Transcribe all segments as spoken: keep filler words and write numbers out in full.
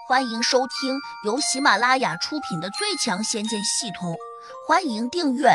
欢迎收听由喜马拉雅出品的最强仙剑系统，欢迎订阅。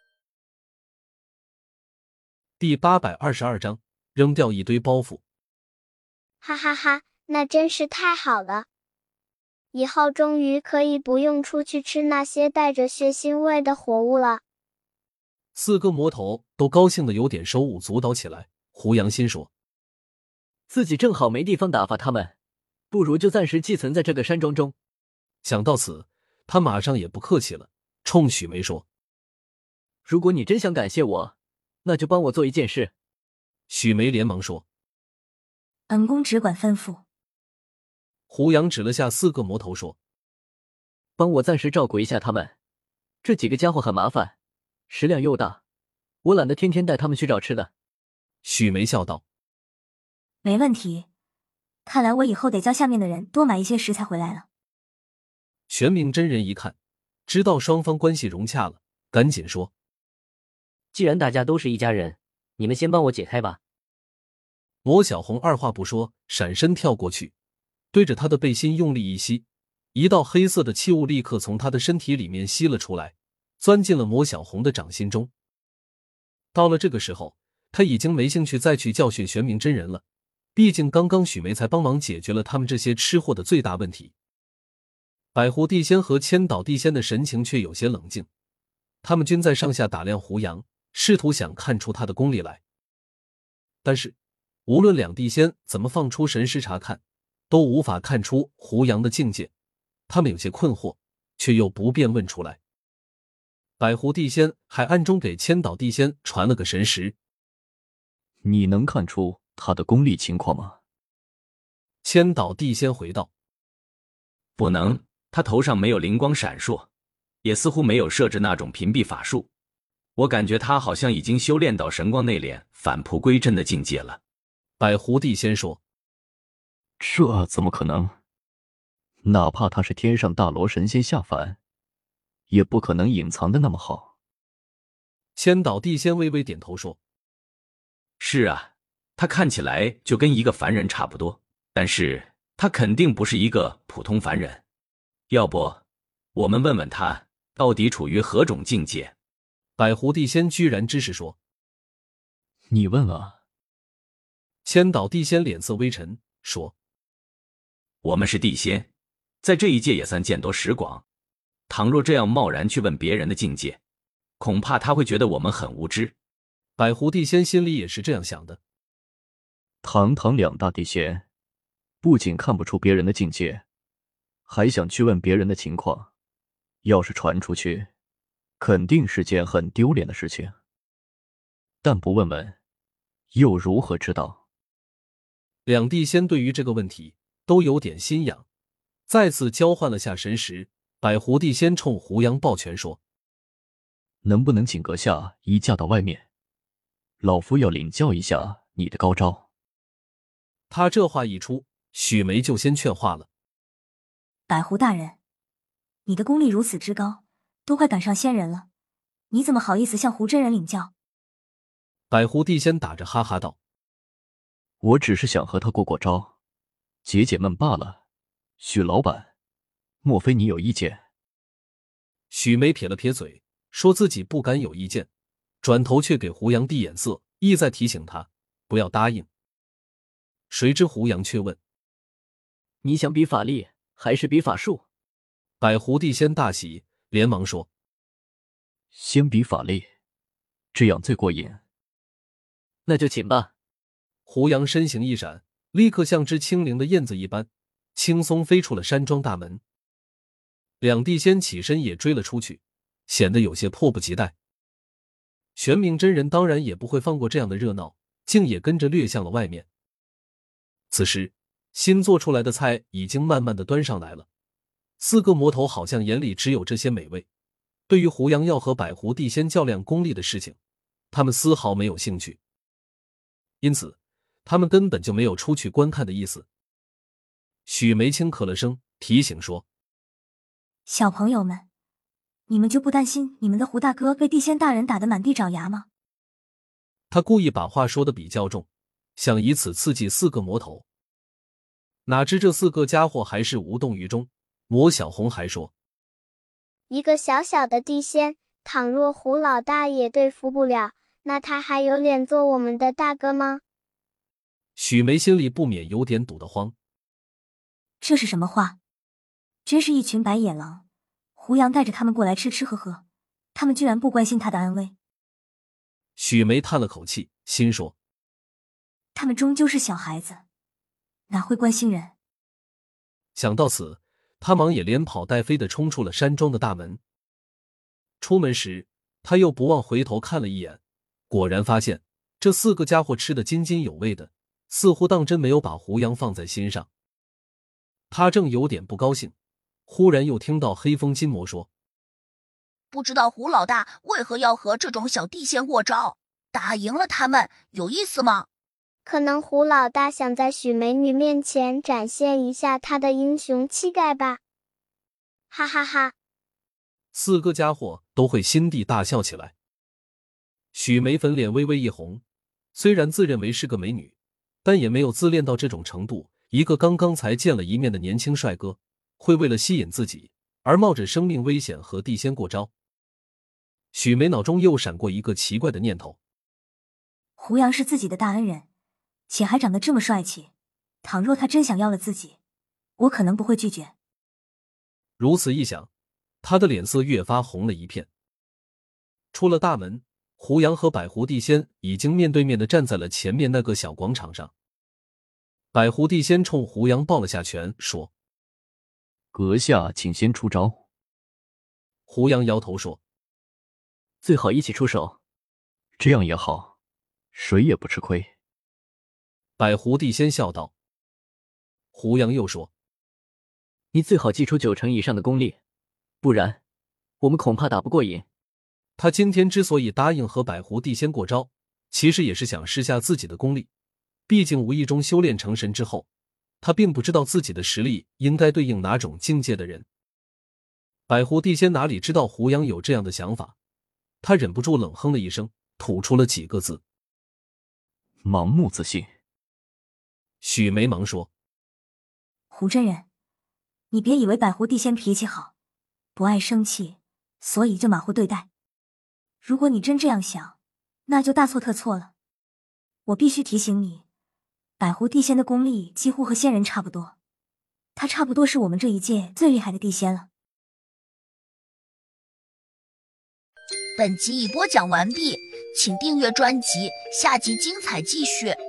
第八百二十二章，扔掉一堆包袱。 哈哈哈，那真是太好了！以后终于可以不用出去吃那些带着血腥味的活物了。 四个魔头都高兴得有点手舞足蹈起来。胡杨心说， 自己正好没地方打发他们，不如就暂时寄存在这个山庄中。 想到此，他马上也不客气了，冲许梅说， 如果你真想感谢我，那就帮我做一件事。 许梅连忙说， 本宫只管吩咐。 胡杨指了下四个魔头说， 帮我暂时照顾一下他们，这几个家伙很麻烦，食量又大，我懒得天天带他们去找吃的。 许梅笑道， 没问题，看来我以后得叫下面的人多买一些食材回来了。 玄冥真人一看，知道双方关系融洽了，赶紧说， 既然大家都是一家人，你们先帮我解开吧。 魔小红二话不说，闪身跳过去，对着他的背心用力一吸，一道黑色的气雾立刻从他的身体里面吸了出来，钻进了魔小红的掌心中。到了这个时候，他已经没兴趣再去教训玄冥真人了，毕竟刚刚许梅才帮忙解决了他们这些吃货的最大问题。百狐地仙和千岛地仙的神情却有些冷静，他们均在上下打量胡杨，试图想看出他的功力来。但是无论两地仙怎么放出神识查看，都无法看出胡杨的境界，他们有些困惑，却又不便问出来。百狐地仙还暗中给千岛地仙传了个神识， 你能看出他的功力情况吗？ 千岛地仙回道， 不能，他头上没有灵光闪烁，也似乎没有设置那种屏蔽法术，我感觉他好像已经修炼到神光内敛、返璞归真的境界了。 百狐地仙说， 这怎么可能？哪怕他是天上大罗神仙下凡，也不可能隐藏的那么好。 千岛地仙微微点头说， 是啊，他看起来就跟一个凡人差不多，但是他肯定不是一个普通凡人。要不我们问问他到底处于何种境界。 百狐地仙居然支持说， 你问啊。 千岛地仙脸色微沉说， 我们是地仙，在这一界也算见多识广，倘若这样贸然去问别人的境界，恐怕他会觉得我们很无知。 百狐地仙心里也是这样想的。 堂堂两大地仙，不仅看不出别人的境界，还想去问别人的情况，要是传出去，肯定是件很丢脸的事情。但不问问，又如何知道？ 两地仙对于这个问题都有点心痒，再次交换了下神识。百狐地仙冲胡杨抱拳说， 能不能请阁下移驾到外面，老夫要领教一下你的高招。 他这话一出，许梅就先劝话了， 百狐大人，你的功力如此之高，都快赶上仙人了，你怎么好意思向胡真人领教？ 百狐地仙打着哈哈道， 我只是想和他过过招，解解闷罢了。许老板，莫非你有意见？ 许梅撇了撇嘴，说自己不敢有意见，转头却给胡杨递眼色，意在提醒他不要答应。谁知胡杨却问， 你想比法力还是比法术？ 百狐地仙大喜，连忙说， 先比法力，这样最过瘾。 那就请吧。 胡杨身形一闪，立刻像只轻灵的燕子一般轻松飞出了山庄大门。两地仙起身也追了出去，显得有些迫不及待。玄冥真人当然也不会放过这样的热闹，竟也跟着掠向了外面。此时新做出来的菜已经慢慢的端上来了，四个魔头好像眼里只有这些美味，对于胡杨要和百狐地仙较量功力的事情，他们丝毫没有兴趣，因此他们根本就没有出去观看的意思。许梅轻咳了声，提醒说， 小朋友们，你们就不担心你们的胡大哥被地仙大人打得满地找牙吗？ 他故意把话说得比较重，想以此刺激四个魔头。 哪知这四个家伙还是无动于衷。魔小红还说， 一个小小的地仙，倘若胡老大也对付不了，那他还有脸做我们的大哥吗？ 许梅心里不免有点堵得慌。 这是什么话？真是一群白眼狼！胡杨带着他们过来吃吃喝喝，他们居然不关心他的安危。 许梅叹了口气，心说， 他们终究是小孩子，哪会关心人？ 想到此，他忙也连跑带飞地冲出了山庄的大门。出门时，他又不忘回头看了一眼，果然发现这四个家伙吃得津津有味的，似乎当真没有把胡杨放在心上。他正有点不高兴，忽然又听到黑风金魔说， 不知道胡老大为何要和这种小地仙过招，打赢了他们有意思吗？ 可能胡老大想在许美女面前展现一下他的英雄气概吧。哈哈哈！ 四个家伙都会心地大笑起来。许梅粉脸微微一红，虽然自认为是个美女，但也没有自恋到这种程度。一个刚刚才见了一面的年轻帅哥，会为了吸引自己而冒着生命危险和地仙过招。许梅脑中又闪过一个奇怪的念头， 胡杨是自己的大恩人，且还长得这么帅气，倘若他真想要了自己，我可能不会拒绝。 如此一想，他的脸色越发红了一片。出了大门，胡杨和百狐地仙已经面对面的站在了前面那个小广场上。百狐地仙冲胡杨抱了下拳，说， 阁下请先出招。 胡杨摇头说， 最好一起出手。 这样也好，谁也不吃亏。 百狐地仙笑道。胡杨又说， 你最好祭出九成以上的功力，不然我们恐怕打不过瘾。 他今天之所以答应和百狐地仙过招，其实也是想试下自己的功力。毕竟无意中修炼成神之后，他并不知道自己的实力应该对应哪种境界的人。百狐地仙哪里知道胡杨有这样的想法，他忍不住冷哼了一声，吐出了几个字， 盲目自信。 许梅忙说， 胡真人，你别以为百狐地仙脾气好，不爱生气，所以就马虎对待。如果你真这样想，那就大错特错了。我必须提醒你，百狐地仙的功力几乎和仙人差不多，他差不多是我们这一届最厉害的地仙了。 本集已播讲完毕，请订阅专辑，下集精彩继续。